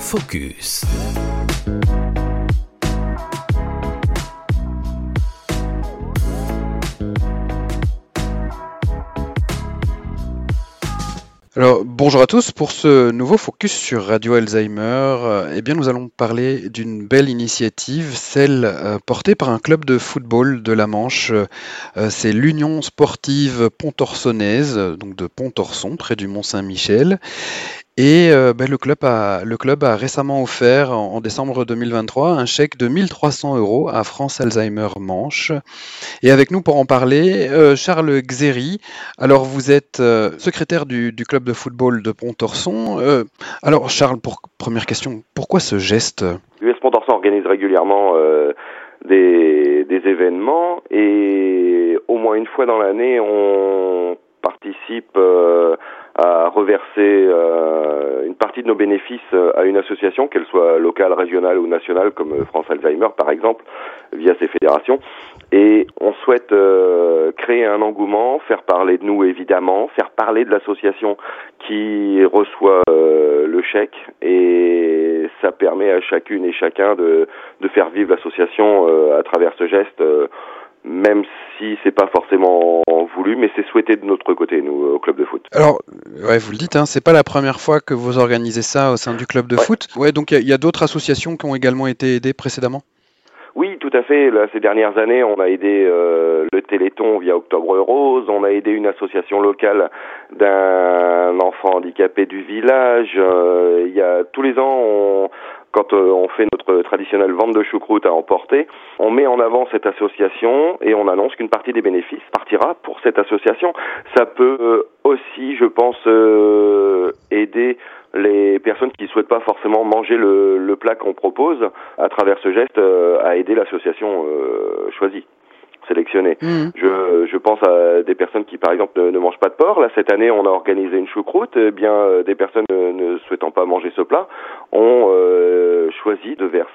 Focus. Alors, bonjour à tous. Pour ce nouveau focus sur Radio Alzheimer, nous allons parler d'une belle initiative, celle portée par un club de football de la Manche. C'est l'Union sportive pontorsonnaise, donc de Pontorson, près du Mont-Saint-Michel. Et le club a récemment offert, en décembre 2023, un chèque de 1 300 € à France Alzheimer Manche. Et avec nous pour en parler, Charles Xéry. Alors, vous êtes secrétaire du club de football de Pontorson. Alors, Charles, première question, pourquoi ce geste ? L'US Pontorson organise régulièrement des événements et au moins une fois dans l'année, on participe à reverser une partie de nos bénéfices à une association, qu'elle soit locale, régionale ou nationale, comme France Alzheimer par exemple, via ses fédérations. Et on souhaite créer un engouement, faire parler de nous évidemment, faire parler de l'association qui reçoit le chèque, et ça permet à chacune et chacun de faire vivre l'association à travers ce geste, même si c'est pas forcément voulu, mais c'est souhaité de notre côté, nous, au club de foot. Alors, ouais, vous le dites, hein, c'est pas la première fois que vous organisez ça au sein du club de foot. Ouais, donc il y a d'autres associations qui ont également été aidées précédemment ? Oui, tout à fait. Là, ces dernières années, on a aidé le Téléthon via Octobre Rose, on a aidé une association locale d'un enfant handicapé du village. Il y a tous les ans, quand on fait notre traditionnelle vente de choucroute à emporter, on met en avant cette association et on annonce qu'une partie des bénéfices partira pour cette association. Ça peut aussi, je pense, aider les personnes qui ne souhaitent pas forcément manger le plat qu'on propose à travers ce geste à aider l'association choisie, sélectionnée. Je pense à des personnes qui, par exemple, ne mangent pas de porc. Là, cette année, on a organisé une choucroute. Eh bien, des personnes ne souhaitant pas manger ce plat ont choisi de verser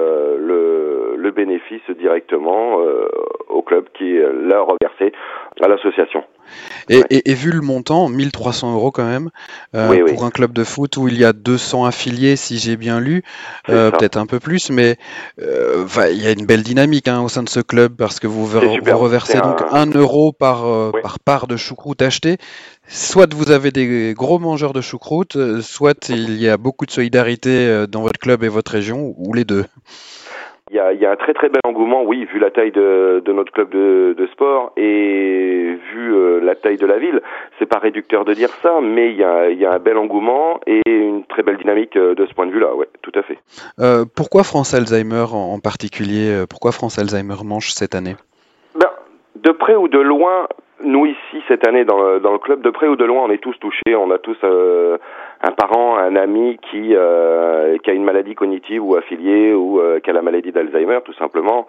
le bénéfice directement au club qui l'a reversé à l'association. Et vu le montant, 1 300 € quand même, pour un club de foot où il y a 200 affiliés, si j'ai bien lu, peut-être un peu plus, mais il y a une belle dynamique au sein de ce club, parce que vous reversez donc 1 € par part de choucroute achetée. Soit vous avez des gros mangeurs de choucroute, soit il y a beaucoup de solidarité dans votre club et votre région, ou les deux. Il y a un très très bel engouement, oui, vu la taille de notre club de sport et vu la taille de la ville. C'est pas réducteur de dire ça, mais il y a un bel engouement et une très belle dynamique de ce point de vue-là, ouais, tout à fait. Pourquoi France Alzheimer en particulier ? Pourquoi France Alzheimer Manche cette année ? De près ou de loin, nous ici cette année dans le club, de près ou de loin, on est tous touchés. On a tous un parent, un ami qui a une maladie cognitive ou affiliée ou qui a la maladie d'Alzheimer tout simplement.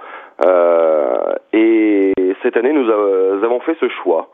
Et cette année, nous avons fait ce choix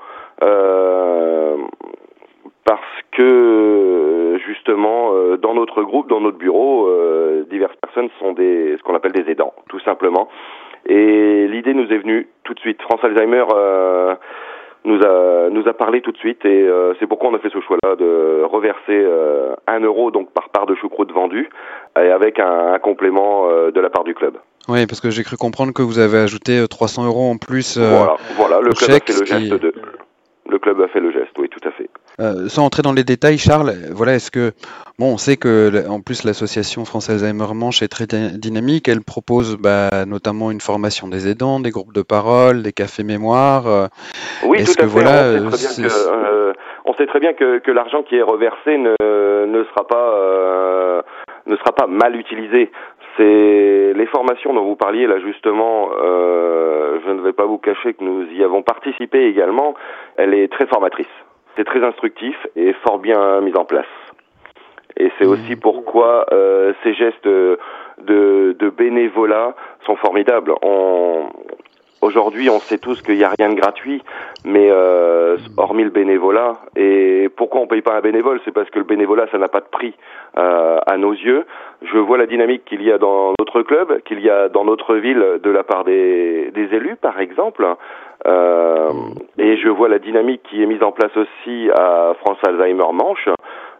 parce que justement dans notre groupe, dans notre bureau, diverses personnes sont ce qu'on appelle des aidants, tout simplement. Et l'idée nous est venue tout de suite. France Alzheimer nous a parlé tout de suite, et c'est pourquoi on a fait ce choix-là de reverser 1 € donc par part de choucroute vendue, et avec un complément de la part du club. Oui, parce que j'ai cru comprendre que vous avez ajouté 300 € en plus. Voilà, le club a fait le geste Le club a fait le geste, oui, tout à fait. Sans entrer dans les détails, Charles, voilà, est-ce que on sait que en plus l'association France Alzheimer Manche est très dynamique. Elle propose notamment une formation des aidants, des groupes de parole, des cafés mémoire. Oui, tout à fait. On sait très bien que l'argent qui est reversé ne sera pas mal utilisé. C'est les formations dont vous parliez là justement. Je ne vais pas vous cacher que nous y avons participé également. Elle est très formatrice. C'est très instructif et fort bien mis en place. Et c'est aussi pourquoi ces gestes de bénévolat sont formidables. Aujourd'hui, on sait tous qu'il n'y a rien de gratuit, mais hormis le bénévolat. Et pourquoi on ne paye pas un bénévole ? C'est parce que le bénévolat, ça n'a pas de prix à nos yeux. Je vois la dynamique qu'il y a dans notre club, qu'il y a dans notre ville de la part des élus, par exemple. Et je vois la dynamique qui est mise en place aussi à France Alzheimer Manche.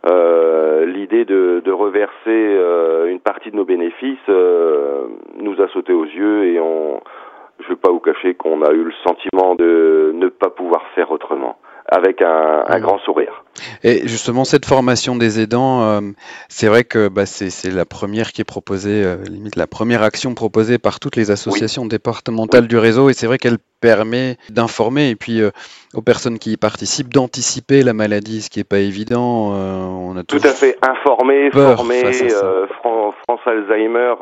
l'idée de reverser une partie de nos bénéfices nous a sauté aux yeux et je ne vais pas vous cacher qu'on a eu le sentiment de ne pas pouvoir faire autrement, avec un grand sourire. Et justement, cette formation des aidants, c'est vrai que c'est la première qui est proposée, limite la première action proposée par toutes les associations départementales du réseau, et c'est vrai qu'elle permet d'informer et puis aux personnes qui y participent d'anticiper la maladie, ce qui n'est pas évident. On a tout à fait, informer, former, France Alzheimer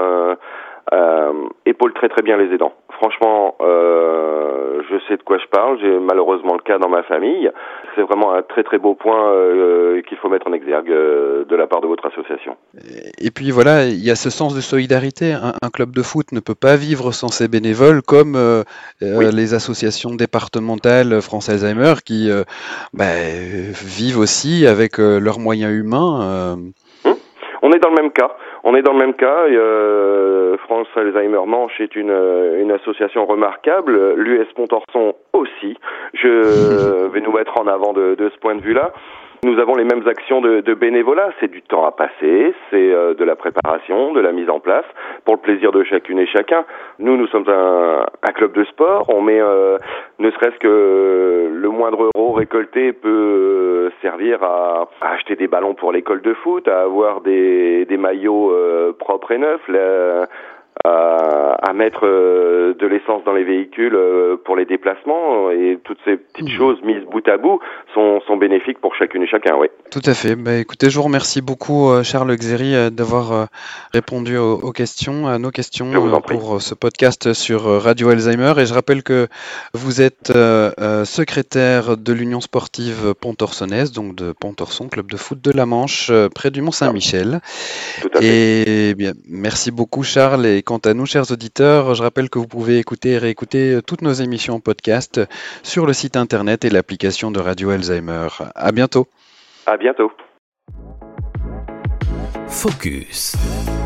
épaule très très bien les aidants. Franchement, je sais de quoi je parle, j'ai malheureusement le cas dans ma famille. C'est vraiment un très très beau point qu'il faut mettre en exergue de la part de votre association. Et puis voilà, il y a ce sens de solidarité. Un club de foot ne peut pas vivre sans ses bénévoles, comme les associations départementales France Alzheimer qui vivent aussi avec leurs moyens humains. On est dans le même cas. France Alzheimer Manche est une association remarquable. L'US Pontorson aussi. Je vais nous mettre en avant de ce point de vue-là. Nous avons les mêmes actions de bénévolat. C'est du temps à passer, c'est de la préparation, de la mise en place, pour le plaisir de chacune et chacun. Nous sommes un club de sport. On met ne serait-ce que le moindre euro récolté peut servir à acheter des ballons pour l'école de foot, à avoir des maillots propres et neufs, à mettre de l'essence dans les véhicules pour les déplacements, et toutes ces petites choses mises bout à bout sont bénéfiques pour chacune et chacun, oui. Tout à fait. Écoutez, je vous remercie beaucoup, Charles Xéry, d'avoir répondu aux questions, à nos questions pour ce podcast sur Radio Alzheimer. Et je rappelle que vous êtes secrétaire de l'Union sportive pontorsonnaise, donc de Pontorson, club de foot de la Manche, près du Mont-Saint-Michel. Tout à fait. Et bien, merci beaucoup, Charles. Et quant à nous, chers auditeurs, je rappelle que vous pouvez écouter et réécouter toutes nos émissions en podcast sur le site internet et l'application de Radio Alzheimer. À bientôt. À bientôt. Focus.